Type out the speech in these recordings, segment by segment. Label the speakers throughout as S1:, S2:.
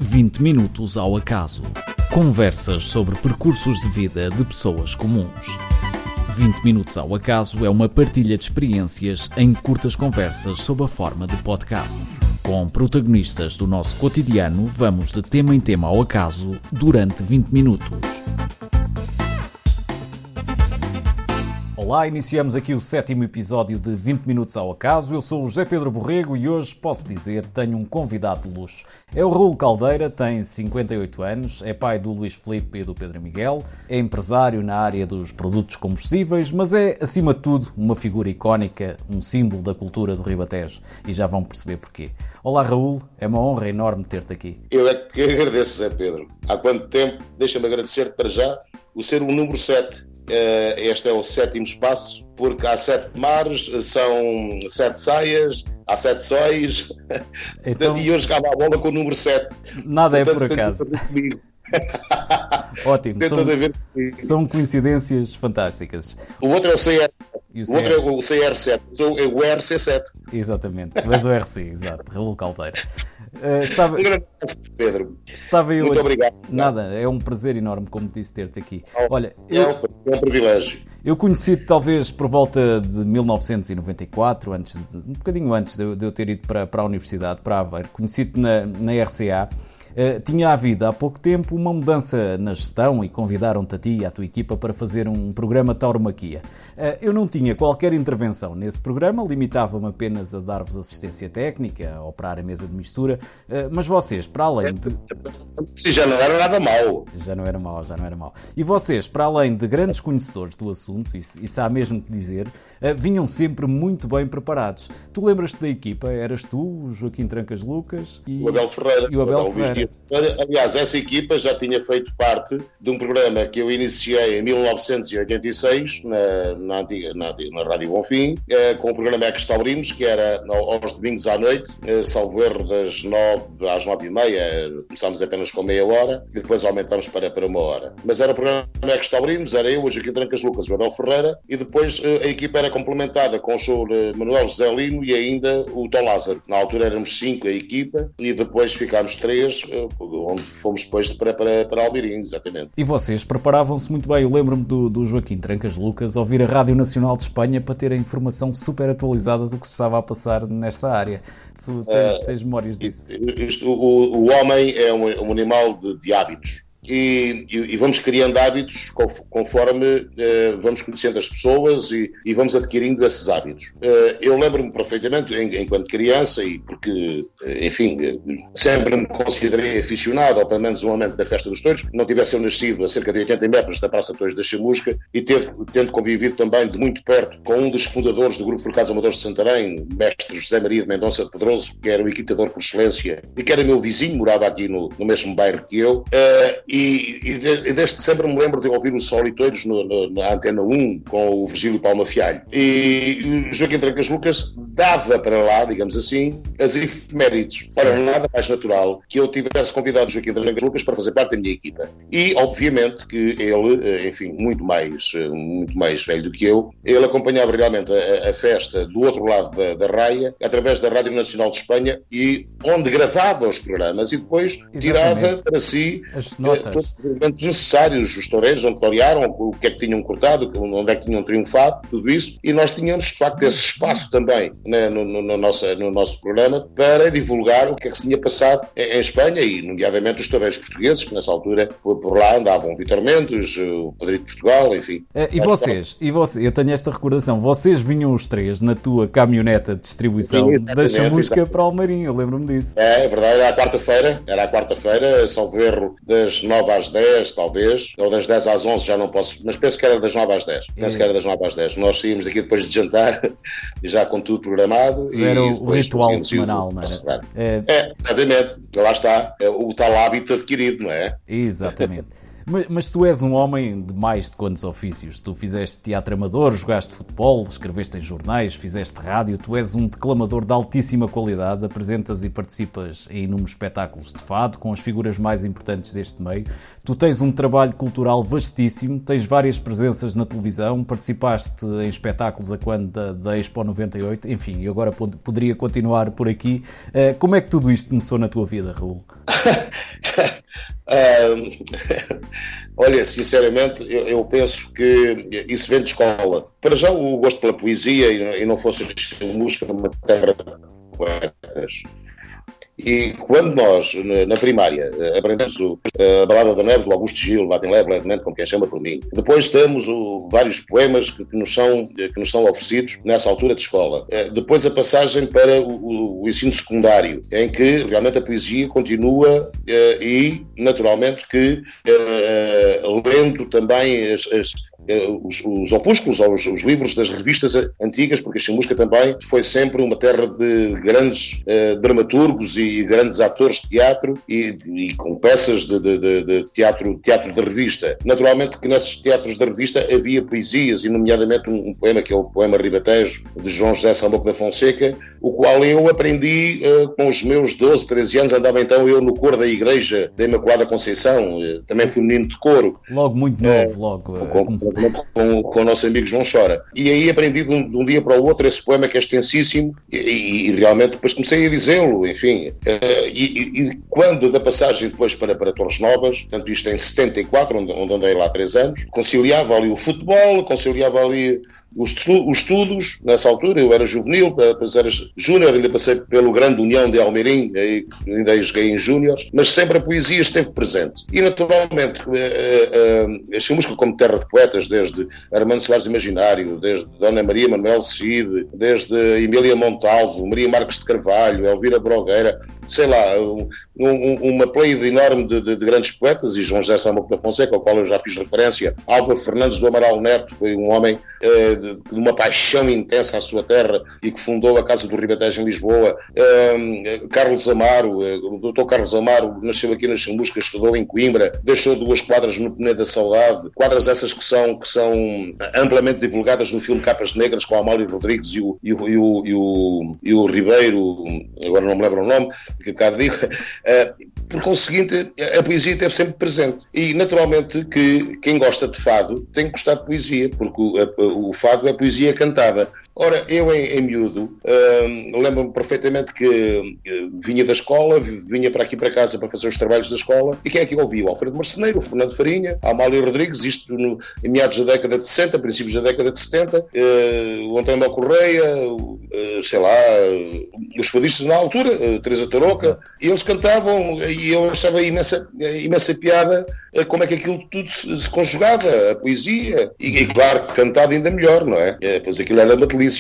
S1: 20 minutos ao acaso. Conversas sobre percursos de vida de pessoas comuns. 20 minutos ao acaso é uma partilha de experiências em curtas conversas sob a forma de podcast. Com protagonistas do nosso cotidiano, vamos de tema em tema ao acaso durante 20 minutos. Olá, iniciamos aqui o 7º episódio de 20 Minutos ao Acaso. Eu sou o José Pedro Borrego e hoje, posso dizer, tenho um convidado de luxo. É o Raul Caldeira, tem 58 anos, é pai do Luís Filipe e do Pedro Miguel, é empresário na área dos produtos combustíveis, mas é, acima de tudo, uma figura icónica, um símbolo da cultura do Ribatejo. E já vão perceber porquê. Olá, Raul, é uma honra enorme ter-te aqui.
S2: Eu é que agradeço, José Pedro. Há quanto tempo, deixa-me agradecer-te para já, o ser o número 7. Este é o 7º espaço, porque há 7 mares, são 7 saias, há 7 sóis, então, e hoje acaba a bola com o número 7.
S1: Nada é por acaso. Ótimo, são coincidências fantásticas.
S2: O outro é o CR. O outro é o CR7, é o RC7.
S1: Exatamente, tu és o RC, exato, Raul Caldeira.
S2: Um grande abraço, Pedro.
S1: Muito
S2: obrigado.
S1: Nada, é um prazer enorme, como disse, ter-te aqui. Olha,
S2: é um privilégio.
S1: Eu conheci-te talvez por volta de 1994, um bocadinho antes de eu ter ido para a universidade, para Aveiro. Conheci-te na RCA. Tinha havido há pouco tempo uma mudança na gestão e convidaram-te a ti e à tua equipa para fazer um programa tauromaquia. Eu não tinha qualquer intervenção nesse programa, limitava-me apenas a dar-vos assistência técnica, a operar a mesa de mistura, mas vocês, para além de...
S2: Sim, já não era nada mau.
S1: Já não era mau. E vocês, para além de grandes conhecedores do assunto, isso há mesmo que dizer, vinham sempre muito bem preparados. Tu lembras-te da equipa? Eras tu, o Joaquim Trancas Lucas
S2: e o Abel Ferreira. Aliás, essa equipa já tinha feito parte de um programa que eu iniciei em 1986 na Rádio Bonfim, com o programa Ecos Taurinos, que era aos domingos à noite, salvo erro das 9 às 9h30, começámos apenas com meia hora e depois aumentámos para 1 hora. Mas era o programa Ecos Taurinos, era eu, o Joaquim Trancas Lucas e o Abel Ferreira, e depois a equipa era complementada com o senhor Manuel José Lino e ainda o Tom Lázaro. Na altura éramos 5 a equipa e depois ficámos 3, onde fomos depois para Albirim, exatamente.
S1: E vocês preparavam-se muito bem. Eu lembro-me do Joaquim Trancas Lucas ouvir a Rádio Nacional de Espanha para ter a informação super atualizada do que se estava a passar nesta área. Tu tens memórias disso?
S2: O homem é um animal de hábitos. E vamos criando hábitos conforme vamos conhecendo as pessoas e vamos adquirindo esses hábitos. Eu lembro-me perfeitamente, enquanto criança, e porque, enfim, sempre me considerei aficionado, ou pelo menos um amante da Festa dos Touros, não tivesse eu nascido a cerca de 80 metros da Praça de Touros da Chamusca e tendo convivido também de muito perto com um dos fundadores do Grupo Forcados Amadores de Santarém, mestre José Maria de Mendonça de Pedroso, que era o equitador por excelência e que era meu vizinho, morava aqui no mesmo bairro que eu, e desde sempre me lembro de ouvir o Soliteiros na Antena 1 com o Virgílio Palma Fialho. E o Joaquim Trancas Lucas dava para lá, digamos assim, as efemérides. Ora, nada mais natural que eu tivesse convidado o Joaquim Trancas Lucas para fazer parte da minha equipa. E, obviamente, que ele, enfim, muito mais velho do que eu, ele acompanhava realmente a festa do outro lado da raia, através da Rádio Nacional de Espanha, e onde gravava os programas e depois tirava para si
S1: as notas.
S2: Eventos necessários, os toureiros onde torearam, o que é que tinham cortado, onde é que tinham triunfado, tudo isso, e nós tínhamos de facto esse espaço também no nosso programa para divulgar o que é que se tinha passado em Espanha e nomeadamente os toureiros portugueses, que nessa altura por lá andavam o Vítor Mendes, o Padrinho de Portugal, enfim.
S1: E vocês, eu tenho esta recordação, vocês vinham os 3 na tua caminhoneta de distribuição da Chamusca para Almeirim, eu lembro-me disso.
S2: É verdade, era à quarta-feira, salvo erro, das 9 às 10, talvez, ou das 10 às 11, já não posso, mas penso que era das 9 às 10. Nós saímos daqui depois de jantar, já com tudo programado.
S1: Era o ritual semanal, não é?
S2: Exatamente. Lá está, o tal hábito adquirido, não é?
S1: Exatamente. Mas tu és um homem de mais de quantos ofícios? Tu fizeste teatro amador, jogaste futebol, escreveste em jornais, fizeste rádio, tu és um declamador de altíssima qualidade, apresentas e participas em inúmeros espetáculos de fado, com as figuras mais importantes deste meio. Tu tens um trabalho cultural vastíssimo, tens várias presenças na televisão, participaste em espetáculos a quando da Expo 98, enfim, e agora poderia continuar por aqui. Como é que tudo isto começou na tua vida, Raul?
S2: Olha, sinceramente, eu penso que isso vem de escola. Para já, o gosto pela poesia e não fosse a música, uma terra de poetas. E quando nós, na primária, aprendemos a Balada da Neve do Augusto Gil, Latin Leve, levemente, como quem chama por mim, depois temos vários poemas que nos são oferecidos nessa altura de escola. Depois a passagem para o ensino secundário, em que realmente a poesia continua e, naturalmente, que lendo também os opúsculos ou os livros das revistas antigas, porque a Chamusca também foi sempre uma terra de grandes dramaturgos e grandes atores de teatro e com peças de teatro de revista. Naturalmente que nesses teatros de revista havia poesias, e nomeadamente um poema que é o Poema Ribatejo, de João José Sambuco da Fonseca, o qual eu aprendi com os meus 12, 13 anos. Andava então eu no coro da igreja da Imaculada Conceição, também fui menino de coro.
S1: Logo muito novo,
S2: com o nosso amigo João Chora. E aí aprendi de um dia para o outro esse poema que é extensíssimo e realmente depois comecei a dizê-lo, enfim. E quando da passagem depois para Torres Novas, portanto isto em 74, onde andei lá 3 anos, conciliava ali o futebol, conciliava ali os estudos. Nessa altura eu era juvenil, depois era júnior, ainda passei pelo Grande União de Almeirim, ainda joguei em júniores, mas sempre a poesia esteve presente. E naturalmente a Chamusca como terra de poetas, desde Armando Soares Imaginário, desde Dona Maria Manuel Cid, desde Emília Montalvo, Maria Marques de Carvalho, Elvira Brogueira, sei lá, uma pleiade enorme de grandes poetas, e João José Sambuco da Fonseca, ao qual eu já fiz referência, Álvaro Fernandes do Amaral Neto, foi um homem de uma paixão intensa à sua terra e que fundou a Casa do Ribatejo em Lisboa. Carlos Amaro, o Dr. Carlos Amaro, nasceu aqui na Chamusca, estudou em Coimbra, deixou 2 quadras no Penedo da Saudade, quadras essas que são amplamente divulgadas no filme Capas Negras, com a Amália Rodrigues e o Ribeiro, agora não me lembro o nome, que bocado digo. Por conseguinte, a poesia esteve sempre presente. E, naturalmente, que quem gosta de fado tem que gostar de poesia, porque o fado é poesia cantada. Ora, eu em miúdo, lembro-me perfeitamente que vinha da escola, vinha para aqui para casa para fazer os trabalhos da escola, e quem é que eu ouvi? O Alfredo Marceneiro, o Fernando Farinha, a Amália Rodrigues, isto em meados da década de 60, princípios da década de 70, o António Mel Correia, sei lá, os fadistas na altura, Teresa Tarouca, e eles cantavam, e eu achava imensa piada como é que aquilo tudo se conjugava, a poesia, e claro, cantado ainda melhor, não é? Pois aquilo era uma delícia.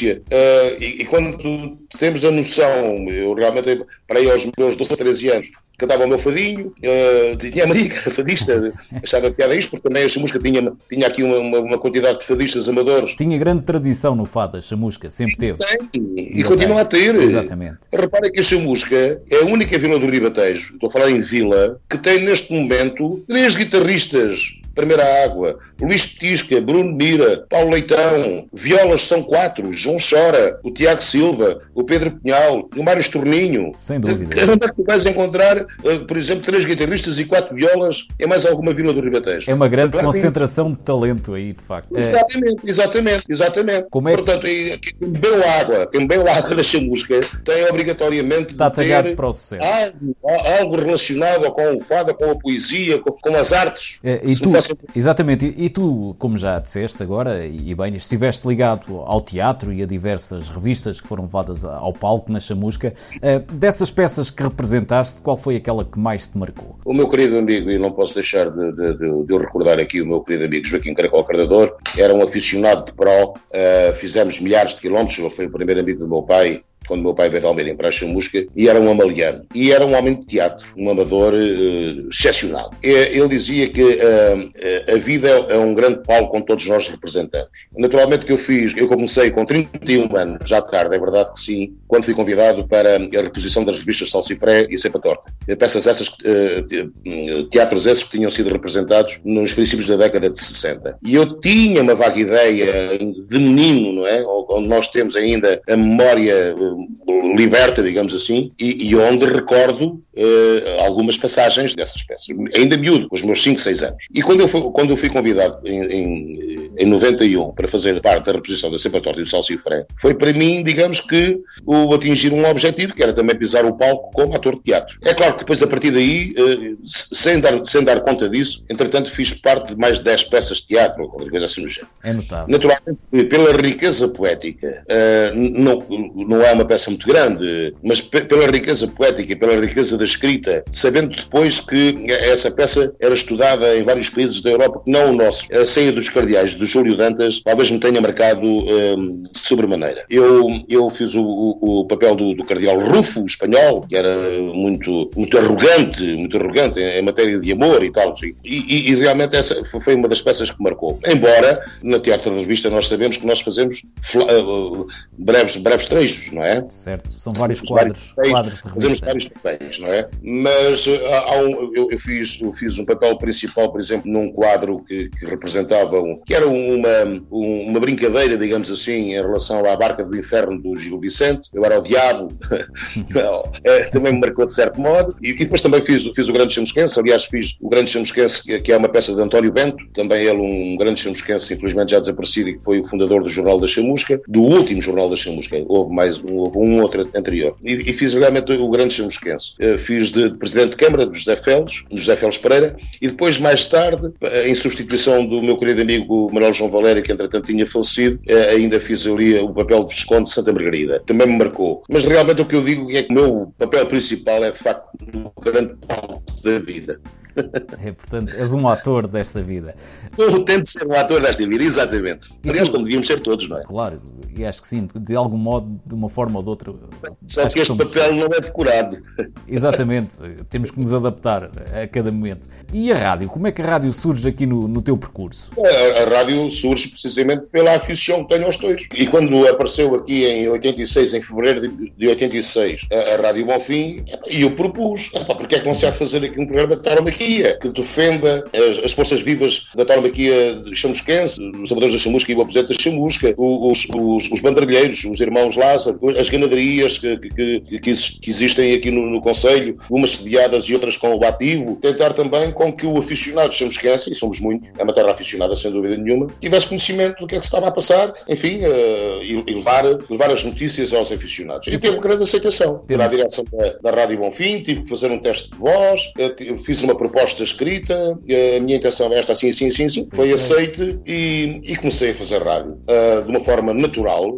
S2: E quando temos a noção, eu realmente, para aí aos meus 12, 13 anos, cantava o meu fadinho, tinha a Maria, que era fadista, achava piada isto, porque também a Chamusca tinha aqui uma quantidade de fadistas amadores.
S1: Tinha grande tradição no fado, a Chamusca, sempre teve.
S2: E continua a ter.
S1: Exatamente.
S2: Repara que a Chamusca é a única vila do Ribatejo, estou a falar em vila, que tem neste momento 3 guitarristas. Primeira Água, Luís Petisca, Bruno Mira, Paulo Leitão, violas são 4, João Chora, o Tiago Silva, o Pedro Pinhal e o Mário Estorninho.
S1: Sem dúvida.
S2: Onde é que tu vais encontrar, por exemplo, 3 guitarristas e 4 violas em mais alguma vila do Ribatejo?
S1: É uma grande concentração de talento aí, de facto.
S2: Exatamente. Portanto, quem bebeu água da Chamusca tem obrigatoriamente
S1: de ter
S2: para
S1: o sucesso.
S2: Algo relacionado com o fado, com a poesia, com as artes.
S1: Exatamente, e tu, como já disseste agora, e bem, estiveste ligado ao teatro e a diversas revistas que foram levadas ao palco na Chamusca. Dessas peças que representaste, qual foi aquela que mais te marcou?
S2: O meu querido amigo, e não posso deixar de eu recordar aqui o meu querido amigo Joaquim Caracol Cardador, era um aficionado de pró, fizemos milhares de quilómetros, ele foi o primeiro amigo do meu pai, quando o meu pai veio de Almeirim para a Chamusca, e era um amaliano. E era um homem de teatro, um amador excepcional. Ele dizia que a vida é um grande palco onde todos nós representamos. Naturalmente que eu comecei com 31 anos, já tarde, é verdade que sim, quando fui convidado para a reposição das revistas Salsifré e Cepa Torta. peças essas, teatros esses que tinham sido representados nos princípios da década de 60. E eu tinha uma vaga ideia de menino, não é? Onde nós temos ainda a memória liberta, digamos assim, e onde recordo algumas passagens dessas peças, ainda miúdo, com os meus 5, 6 anos. E quando eu fui convidado em 91 para fazer parte da reposição da Sempre-Torta e do Salsifré, foi para mim, digamos que, o atingir um objetivo, que era também pisar o palco como ator de teatro. É claro que depois, a partir daí, sem dar conta disso, entretanto, fiz parte de mais de 10 peças de teatro, ou qualquer coisa assim no género.
S1: É notável.
S2: Naturalmente, pela riqueza poética, não é uma peça muito grande, mas pela riqueza poética e pela riqueza da escrita, sabendo depois que essa peça era estudada em vários países da Europa, que não o nosso. A Ceia dos Cardeais, de Júlio Dantas, talvez me tenha marcado de sobremaneira. Eu fiz o papel do cardeal Rufo, espanhol, que era muito arrogante em matéria de amor e tal. E realmente essa foi uma das peças que marcou. Embora, na Teatro da Revista, nós sabemos que nós fazemos breves trechos, não é?
S1: Certo, são vários quadros de revista.
S2: Fazemos vários papéis, não é? Mas eu fiz um papel principal, por exemplo, num quadro que representava, que era uma brincadeira, digamos assim, em relação à Barca do Inferno do Gil Vicente. Eu era o diabo, também me marcou de certo modo. E depois também fiz o Grande Chamusquense. Aliás, fiz o Grande Chamusquense, que é uma peça de António Bento, também ele um grande chamusquense, infelizmente já desaparecido, e que foi o fundador do Jornal da Chamusca, do último Jornal da Chamusca. Houve um outro anterior. E fiz realmente o Grande Chamusquense. Fiz de Presidente de Câmara, do José Félix Pereira, e depois, mais tarde, em substituição do meu querido amigo Manuel João Valério, que entretanto tinha falecido, ainda fiz ali o papel de Visconde de Santa Margarida. Também me marcou. Mas realmente o que eu digo é que o meu papel principal é, de facto, o grande palco da vida.
S1: Portanto, és um ator desta vida.
S2: Eu tento ser um ator desta vida, exatamente. Aliás, como devíamos ser todos, não é?
S1: Claro, e acho que sim, de algum modo, de uma forma ou de outra.
S2: Só que este papel não é decorado.
S1: Exatamente, temos que nos adaptar a cada momento. E a rádio? Como é que a rádio surge aqui no teu percurso?
S2: A rádio surge precisamente pela afição que tenho aos touros. E quando apareceu aqui em 86, em fevereiro de 86, a Rádio Bonfim, eu propus, porque é que não se há de fazer aqui um programa de tauromaquia que defenda as forças vivas da tauromaquia chamusquense, os amadores da chamusca e o aposento da chamusca, os bandeirilheiros, os irmãos Lázaro, as ganaderias que existem aqui no Conselho, umas sediadas e outras com o ativo, tentar também com que o aficionado chamusquense, e somos muitos, é uma terra aficionada sem dúvida nenhuma, tivesse conhecimento do que é que se estava a passar, enfim, e levar as notícias aos aficionados. E teve grande aceitação. Era a direção da Rádio Bonfim, tive que fazer um teste de voz, fiz uma proposta escrita, a minha intenção é esta, assim, foi aceite e comecei a fazer rádio de uma forma natural.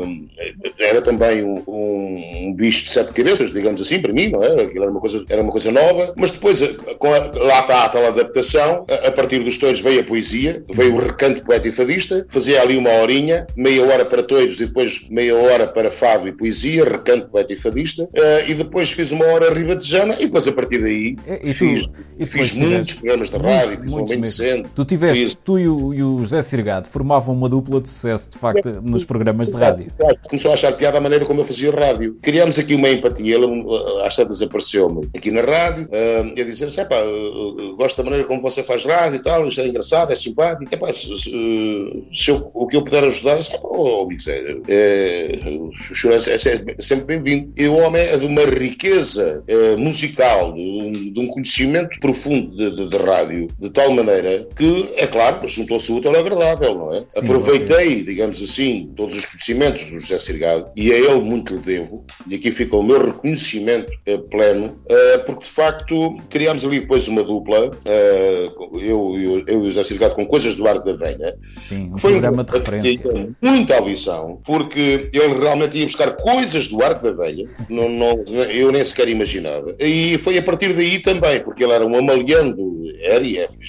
S2: Era também um bicho de 7 cabeças, digamos assim, para mim, não é? Aquilo era uma coisa nova, mas depois lá está a tal adaptação. A partir dos touros veio a poesia, veio o recanto poeta e fadista, fazia ali uma horinha, meia hora para touros e depois meia hora para fado e poesia, recanto poeta e fadista, e depois fiz uma hora ribatejana e depois a partir daí fiz muitos programas de rádio, fiz um bem decente.
S1: Tu e o José Sirgado formavam uma dupla de sucesso, de facto, nos programas de rádio.
S2: Começou a achar piada a maneira como eu fazia rádio. Criámos aqui uma empatia, ele às tantas apareceu-me aqui na rádio, e a dizer assim, gosto da maneira como você faz rádio e tal, isto é engraçado, é simpático, o que eu puder ajudar, o senhor é sempre bem-vindo. E o homem é de uma riqueza musical, de um conhecimento profundo de rádio, de tal maneira que, é claro, juntou-se o útil ao agradável, não é? Sim, aproveitei, digamos assim, todos os conhecimentos do José Sirgado, e a ele muito lhe devo, e aqui fica o meu reconhecimento pleno, porque de facto criámos ali depois uma dupla, eu e o José Sirgado, com Coisas do Arco da Velha.
S1: Sim, um programa de referência.
S2: Muita audição, porque ele realmente ia buscar coisas do Arco da Velha, eu nem sequer imaginava, e foi a partir daí também, porque ele era um amaliando,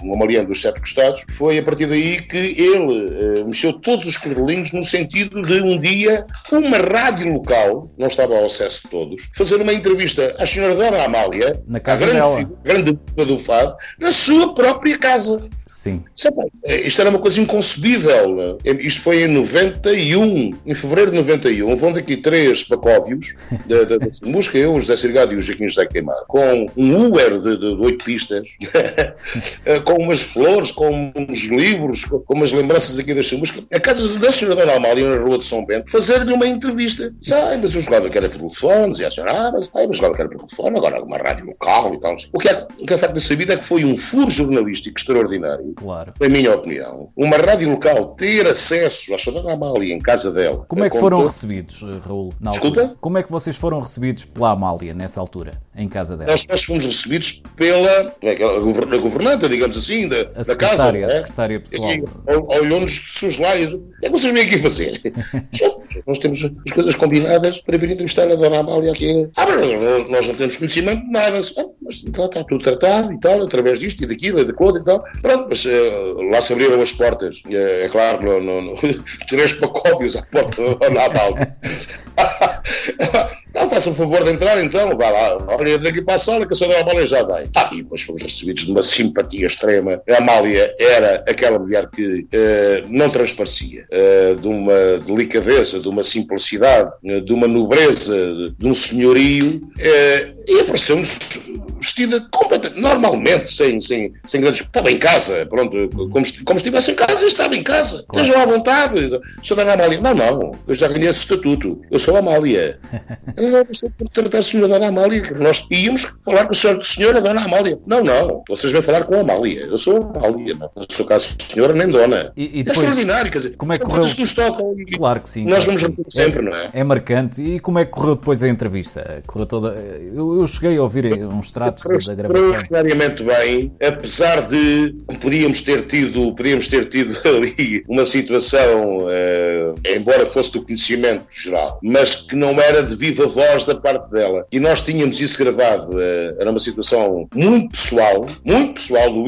S2: um amaliano dos 7 costados, foi a partir daí que ele mexeu todos os cordelinhos no sentido de um dia uma rádio local, não estava ao acesso de todos, fazer uma entrevista à senhora Dona Amália,
S1: na casa dela,
S2: grande do fado, na sua própria casa.
S1: Sim.
S2: Isto era uma coisa inconcebível. Isto foi em 91, em fevereiro de 91. Vão daqui 3 pacóvios da música, eu, o José Sirgado e o Joaquim José Queimado, com um Uber de 8 pistas, com umas flores, com uns livros, com umas lembranças aqui da sua música, a casa da senhora Dona Amália, na Rua de São Bento, fazer-lhe uma entrevista. Mas eu jogava que era por telefone, e a senhora, mas jogava que era por telefone, agora uma rádio local e tal. O que é facto de saber é que foi um furo jornalístico extraordinário.
S1: Claro.
S2: Na minha opinião, uma rádio local ter acesso à senhora Amália em casa dela.
S1: Como é que foram recebidos, Raul?
S2: Desculpa?
S1: Como é que vocês foram recebidos pela Amália nessa altura, em casa dela?
S2: Nós fomos recebidos pela governanta, digamos assim, da casa.
S1: A secretária pessoal.
S2: Olhou-nos de soslaios. O que é que vocês vêm aqui fazer? Nós temos as coisas combinadas para vir entrevistar a Dona Amália aqui. Mas nós não temos conhecimento de nada. Mas está tudo tratado e tal, através disto e daquilo e daquilo e tal. Pronto, mas lá se abriram as portas. É claro, 3 pacóvios à porta da Dona Amália. Faça o favor de entrar então, vá lá, olha daqui para a sala que a senhora Amália já vem. E depois fomos recebidos de uma simpatia extrema. A Amália era aquela mulher que não transparecia, de uma delicadeza, de uma simplicidade, de uma nobreza, de um senhorio, e apareceu-nos vestida completamente, normalmente, sem grandes... Estava em casa, pronto, como estivesse em casa, eu estava em casa. Claro. Estejam à vontade. Senhora Amália, não, eu já ganhei esse estatuto, eu sou a Amália. Não, deixou por tratar a senhora Dona Amália, que nós íamos falar com a senhora Dona Amália. Não, vocês vêm falar com a Amália. Eu sou a Amália, não sou caso senhora nem dona.
S1: E depois,
S2: é extraordinário, quer dizer,
S1: como é que correu?
S2: Que nos tocam,
S1: claro que sim.
S2: Nós vamos repetir sempre, não é?
S1: É marcante. E como é que correu depois a entrevista? Correu toda... Eu cheguei a ouvir uns tratos da gravação.
S2: Extraordinariamente bem, apesar de podíamos ter tido ali uma situação, embora fosse do conhecimento geral, mas que não era de viva voz da parte dela. E nós tínhamos isso gravado. Era uma situação muito pessoal, do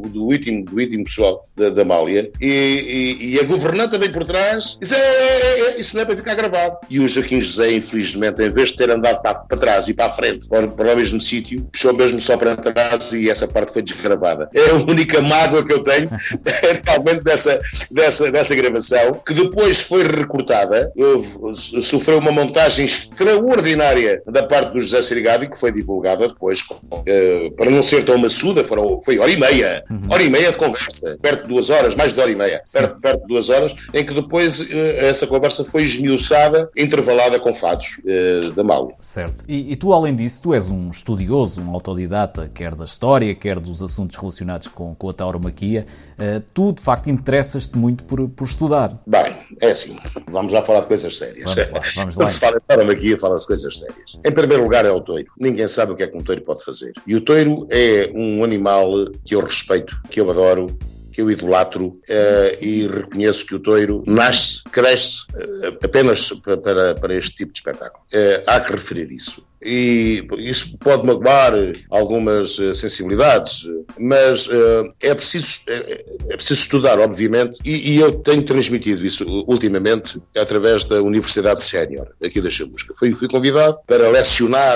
S2: íntimo pessoal da Amália. E a governanta veio por trás e disse, isso não é para ficar gravado. E o Joaquim José, infelizmente, em vez de ter andado para trás e para a frente, para o mesmo sítio, puxou mesmo só para trás e essa parte foi desgravada. É a única mágoa que eu tenho realmente dessa gravação, que depois foi recortada, sofreu uma montagem extraordinária da parte do José Sirgado, que foi divulgada depois, para não ser tão maçuda, foi hora e meia de conversa, perto de 2 horas, mais de hora e meia, perto de 2 horas, em que depois essa conversa foi esmiuçada, intervalada com fados da Amália.
S1: Certo. E tu, além disso, tu és um estudioso, um autodidata, quer da história, quer dos assuntos relacionados com a tauromaquia. Tu, de facto, interessas-te muito por estudar.
S2: Bem, é assim. Vamos lá falar de coisas sérias.
S1: Vamos lá.
S2: Se fala de tauromaquia, fala-se de coisas sérias. Em primeiro lugar é o touro. Ninguém sabe o que é que um touro pode fazer. E o touro é um animal que eu respeito, que eu adoro, que eu idolatro, e reconheço que o touro nasce, cresce apenas para este tipo de espetáculo. Há que referir isso. E isso pode magoar algumas sensibilidades, mas é preciso estudar, obviamente, e eu tenho transmitido isso ultimamente através da Universidade Sénior, aqui da Chamusca. Fui convidado para lecionar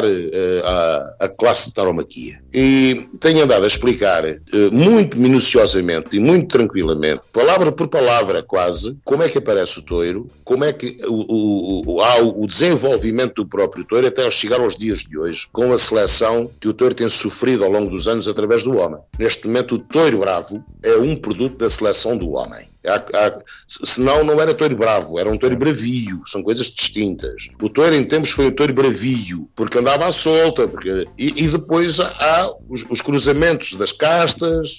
S2: a classe de tauromaquia e tenho andado a explicar muito minuciosamente e muito tranquilamente, palavra por palavra quase, como é que aparece o touro, como é que há o desenvolvimento do próprio touro até chegar aos dias de hoje, com a seleção que o touro tem sofrido ao longo dos anos através do homem. Neste momento, o touro bravo é um produto da seleção do homem. Senão não era touro bravo, era um touro bravio, são coisas distintas. O touro em tempos foi um touro bravio, porque andava à solta, e depois há os cruzamentos das castas,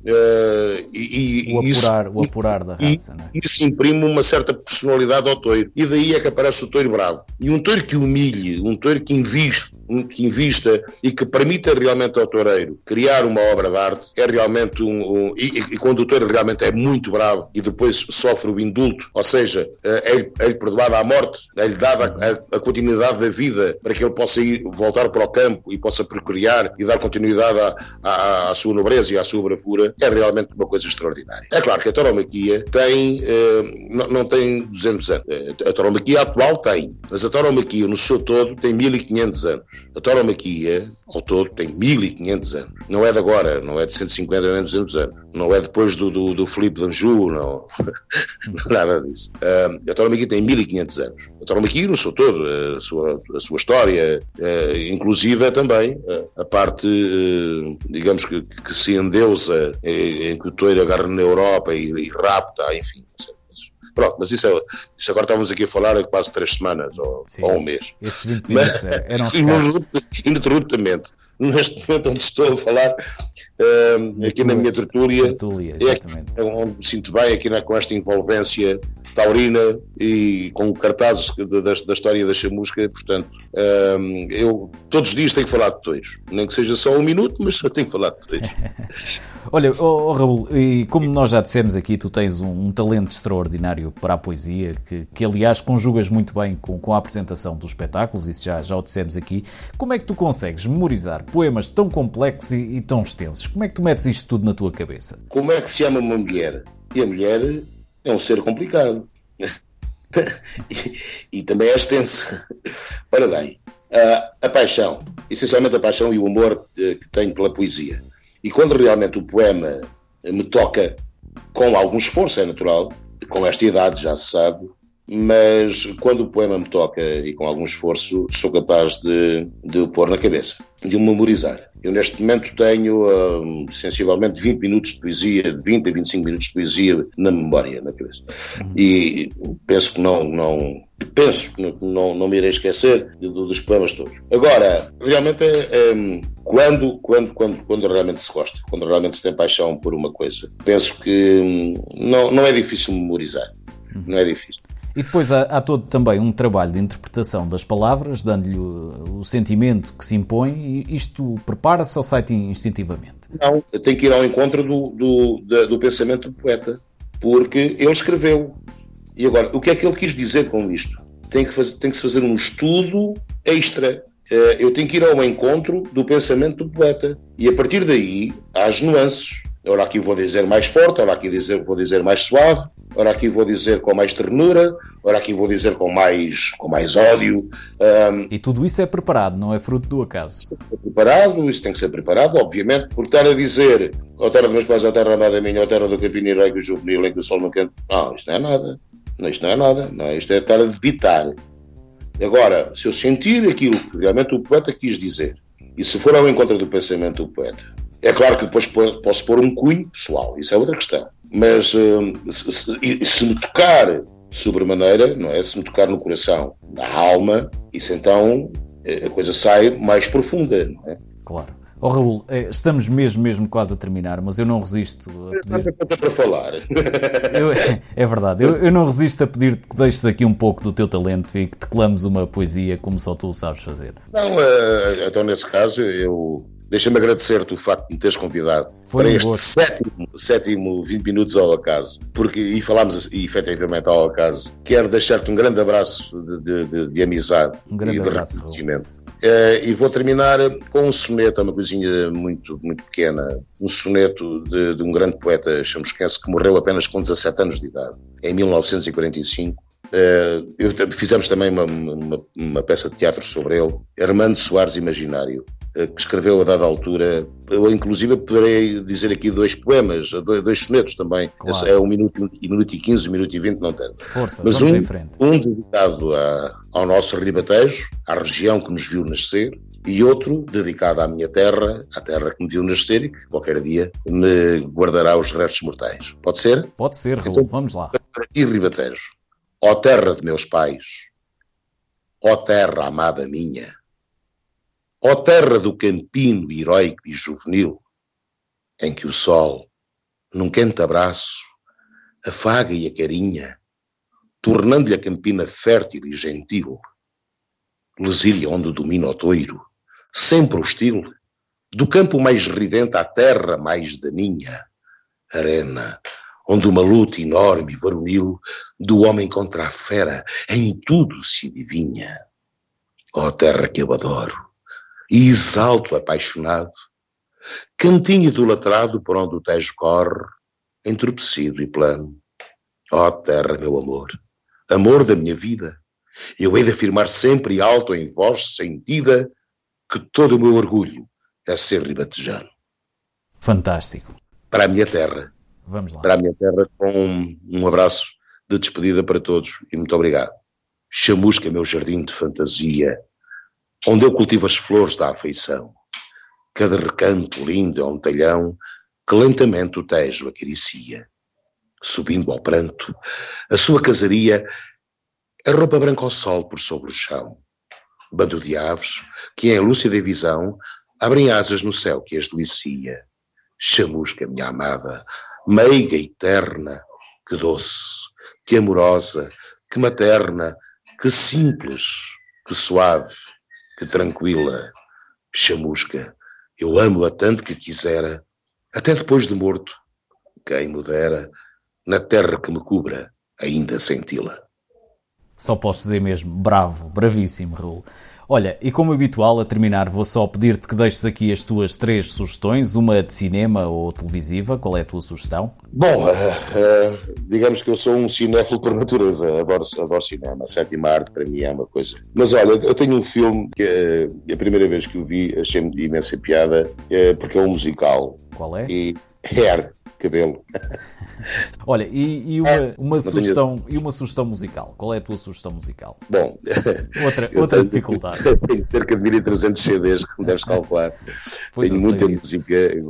S1: o apurar da raça, não é?
S2: Isso imprime uma certa personalidade ao touro, e daí é que aparece o touro bravo. E um touro que humilhe, um touro que invista e que permita realmente ao toureiro criar uma obra de arte, é realmente e quando o touro realmente é muito bravo e depois sofre o indulto, ou seja, é-lhe perdoado à morte, é-lhe dada a continuidade da vida para que ele possa voltar para o campo e possa procriar e dar continuidade à sua nobreza e à sua bravura, é realmente uma coisa extraordinária. É claro que a tauromaquia tem, não tem 200 anos. A tauromaquia atual tem, mas a tauromaquia no seu todo tem 1500 anos. A tauromaquia, ao todo, tem 1500 anos. Não é de agora, não é de 150 nem 200 anos. Não é depois do Filipe de Anjou, não. Nada disso. A tauromaquia tem 1500 anos. A tauromaquia no seu todo, a sua história, inclusive também a parte, digamos, que se endeusa em que o touro agarra na Europa e rapta, enfim. Pronto, mas isso agora estávamos aqui a falar há quase 3 semanas ou um mês.
S1: Estes 20 minutos eram escassos.
S2: Ininterruptamente. Neste momento onde estou a falar, aqui na minha tertúlia, é onde me sinto bem, aqui com esta envolvência taurina e com cartazes da história da chamusca. Portanto, eu todos os dias tenho que falar de touros, nem que seja só 1 minuto, mas só tenho que falar de touros.
S1: Olha, Raul, e como nós já dissemos aqui, tu tens um talento extraordinário para a poesia, que aliás conjugas muito bem com a apresentação dos espetáculos, isso já o dissemos aqui. Como é que tu consegues memorizar poemas tão complexos e tão extensos? Como é que tu metes isto tudo na tua cabeça?
S2: Como é que se chama uma mulher? E a mulher é um ser complicado. e também é extensa. Ora bem, a paixão, essencialmente a paixão e o amor que tenho pela poesia. E quando realmente o poema me toca, com algum esforço, é natural, com esta idade já se sabe, mas quando o poema me toca e com algum esforço, sou capaz de o pôr na cabeça, de o memorizar. Eu neste momento tenho sensivelmente 20 minutos de poesia, de 20 a 25 minutos de poesia na memória, na cabeça. E penso que não me irei esquecer dos poemas todos. Agora, realmente quando realmente se gosta, quando realmente se tem paixão por uma coisa, penso que não é difícil memorizar. Não é difícil.
S1: E depois há todo também um trabalho de interpretação das palavras, dando-lhe o sentimento que se impõe, e isto prepara-se ou sai-te instintivamente?
S2: Não, tem que ir ao encontro do pensamento do poeta, porque ele escreveu. E agora, o que é que ele quis dizer com isto? Tem que se fazer um estudo extra. Eu tenho que ir ao encontro do pensamento do poeta. E a partir daí, há as nuances. Ora aqui vou dizer mais forte, ora aqui vou dizer mais suave, ora aqui vou dizer com mais ternura, ora aqui vou dizer com mais ódio.
S1: E tudo isso é preparado, não é fruto do acaso?
S2: Isso tem que ser preparado, obviamente, porque estar a dizer a terra dos meus pais, a terra amada minha, a terra do capinheiro, que o juvenil, em que o sol não quente. Não, isto não é nada. Isto é estar a debitar. Agora, se eu sentir aquilo que realmente o poeta quis dizer, e se for ao encontro do pensamento do poeta, é claro que depois posso pôr um cunho pessoal, isso é outra questão. Mas se me tocar sobremaneira, não é? Se me tocar no coração, na alma, isso então a coisa sai mais profunda, não é?
S1: Claro. Raul, estamos mesmo quase a terminar, mas eu não resisto a pedir...
S2: Não coisa para falar.
S1: É verdade, eu não resisto a pedir-te que deixes aqui um pouco do teu talento e que declames uma poesia como só tu sabes fazer.
S2: Não, então nesse caso, deixa-me agradecer-te o facto de me teres convidado para este sétimo 20 minutos ao acaso, e falámos efetivamente ao acaso. Quero deixar-te um grande abraço de amizade
S1: e de
S2: reconhecimento. E vou terminar com um soneto, uma coisinha muito, muito pequena, um soneto de um grande poeta chamusquense que morreu apenas com 17 anos de idade, em 1945. Fizemos também uma peça de teatro sobre ele, Armando Soares Imaginário, que escreveu a dada altura. Eu inclusive poderei dizer aqui 2 poemas, 2 sonetos também.
S1: Claro.
S2: É 1 minuto e 15, 1 minuto e 20, não tanto.
S1: Força,
S2: mas
S1: vamos em frente.
S2: Um dedicado ao nosso ribatejo, à região que nos viu nascer, e outro dedicado à minha terra, à terra que me viu nascer e que qualquer dia me guardará os restos mortais. Pode ser?
S1: Pode ser, Raul.
S2: Então,
S1: vamos lá.
S2: Para ti, ribatejo, ó terra de meus pais, ó terra amada minha, ó terra do campino heroico e juvenil, em que o sol, num quente abraço, afaga e acarinha, tornando-lhe a campina fértil e gentil, lesília onde domina o toiro, sempre hostil, do campo mais ridente à terra mais daninha, arena, onde uma luta enorme e varonil do homem contra a fera em tudo se adivinha. Ó terra que eu adoro, e exalto apaixonado, cantinho idolatrado por onde o Tejo corre, entorpecido e plano. Ó terra, meu amor, amor da minha vida, eu hei de afirmar sempre e alto em voz sentida que todo o meu orgulho é ser ribatejano.
S1: Fantástico.
S2: Para a minha terra.
S1: Vamos lá.
S2: Para a minha terra, com um abraço de despedida para todos e muito obrigado. Chamusca, meu jardim de fantasia, onde eu cultivo as flores da afeição. Cada recanto lindo é um talhão que lentamente o Tejo acaricia. Subindo ao pranto, a sua casaria, a roupa branca ao sol por sobre o chão. Bando de aves, que em lúcida visão, abrem asas no céu que as delicia. Chamusca, minha amada, meiga e terna, que doce, que amorosa, que materna, que simples, que suave, que tranquila. Chamusca, eu amo-a tanto que quisera, até depois de morto, quem me dera, na terra que me cubra, ainda senti-la.
S1: Só posso dizer mesmo, bravo, bravíssimo, Raul. Olha, e como habitual, a terminar, vou só pedir-te que deixes aqui as tuas 3 sugestões, uma de cinema ou televisiva. Qual é a tua sugestão?
S2: Bom, digamos que eu sou um cinéfilo por natureza, adoro cinema, a sétima arte para mim é uma coisa. Mas olha, eu tenho um filme que a primeira vez que o vi achei-me de imensa piada, porque é um musical.
S1: Qual é?
S2: E hair, cabelo.
S1: Olha, e uma sugestão musical. Qual é a tua sugestão musical?
S2: Bom,
S1: outra dificuldade.
S2: Tenho cerca de 1300 CDs, como deves calcular. Tenho muita música,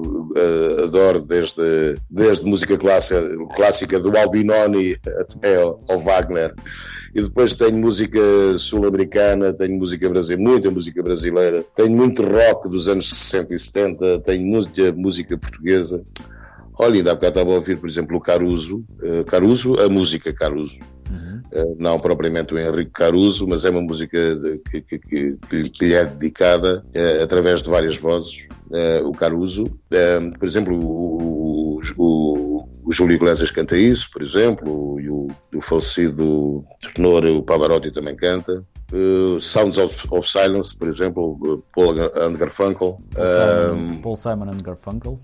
S2: adoro desde música clássica do Albinoni até ao Wagner. E depois tenho música sul-americana, tenho música brasileira, muita música brasileira, tenho muito rock dos anos 60 e 70, tenho muita música portuguesa. Olha, ainda há bocado estava a ouvir, por exemplo, o Caruso, a música Caruso. Não propriamente o Henrique Caruso, mas é uma música que lhe é dedicada através de várias vozes. O Caruso, por exemplo, o Júlio Iglesias canta isso, por exemplo, e o falecido tenor, o Pavarotti, também canta. Sounds of Silence, por exemplo, Paul and Garfunkel.
S1: Paul Simon and Garfunkel.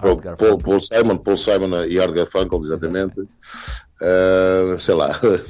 S2: Paul Simon e Art Garfunkel, exatamente. Sei lá.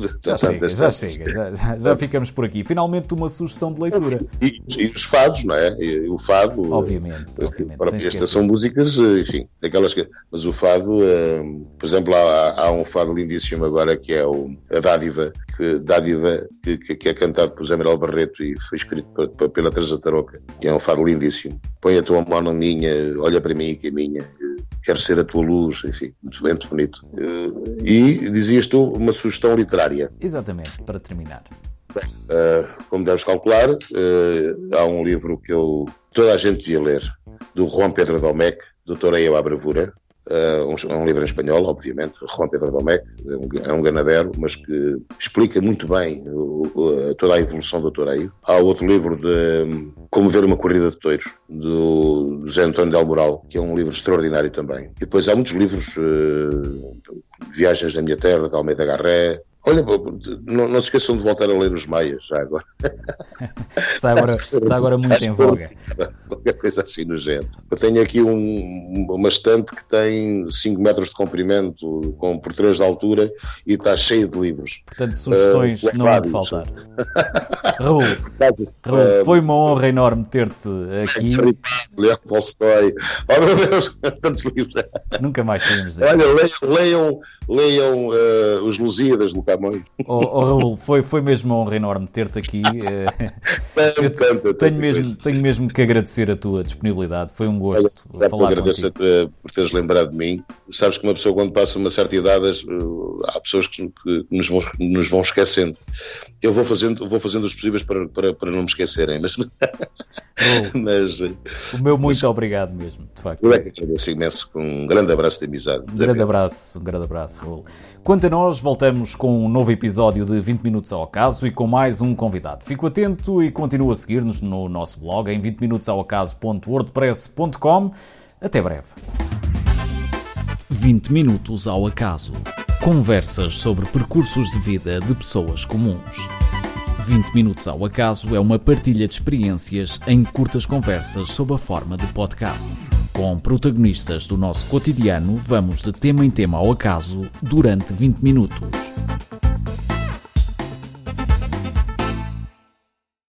S1: Já ficamos por aqui. Finalmente uma sugestão de leitura.
S2: E os fados, não é? E o fado.
S1: Obviamente.
S2: Estas são músicas, enfim, daquelas que. Mas o fado, por exemplo, há um fado lindíssimo agora que é a Dádiva, que é cantado por Zé Manuel Barreto e foi escrito pela Teresa Tarouca, que é um fado lindíssimo. Põe a tua mão na minha, olha para mim que é minha, quero ser a tua luz, enfim, muito bonito. E dizias tu uma sugestão literária.
S1: Exatamente, para terminar.
S2: Como deves calcular, há um livro que toda a gente devia ler, do Juan Pedro Domecq, Doutoreia à Bravura. É um livro em espanhol, obviamente. Juan Pedro Domecq é um ganadero, mas que explica muito bem toda a evolução do toureio. Há outro livro de Como Ver uma Corrida de Touros, do José António del Moral, que é um livro extraordinário também. E depois há muitos livros, Viagens na Minha Terra, de Almeida Garré. Olha, não se esqueçam de voltar a ler os Maias, já agora.
S1: Está agora muito em voga.
S2: Qualquer coisa assim no género. Eu tenho aqui uma estante que tem 5 metros de comprimento, por 3 de altura, e está cheio de livros.
S1: Portanto, sugestões não há de faltar. Raul, foi uma honra enorme ter-te aqui.
S2: Leão Tolstói. Oh meu Deus, tantos livros.
S1: Nunca mais saímos daqui.
S2: Olha, leiam os Lusíadas do Camões.
S1: Raul, foi mesmo uma honra enorme ter-te aqui. Tenho mesmo que agradecer a tua disponibilidade. Foi um gosto falar contigo.
S2: Agradeço por teres lembrado de mim. Sabes que uma pessoa, quando passa uma certa idade, há pessoas que nos vão esquecendo. Eu vou fazendo os possíveis para não me esquecerem. Mas
S1: o meu muito obrigado mesmo, de facto.
S2: Eu é que agradeço imenso, com um grande abraço de amizade.
S1: Um grande abraço, Raul. Quanto a nós, voltamos com um novo episódio de 20 Minutos ao Acaso e com mais um convidado. Fico atento e continua a seguir-nos no nosso blog em 20minutosaoacaso.wordpress.com. Até breve. 20 Minutos ao Acaso. Conversas sobre percursos de vida de pessoas comuns. 20 Minutos ao Acaso é uma partilha de experiências em curtas conversas sob a forma de podcast. Com protagonistas do nosso cotidiano, vamos de tema em tema ao acaso durante 20 minutos.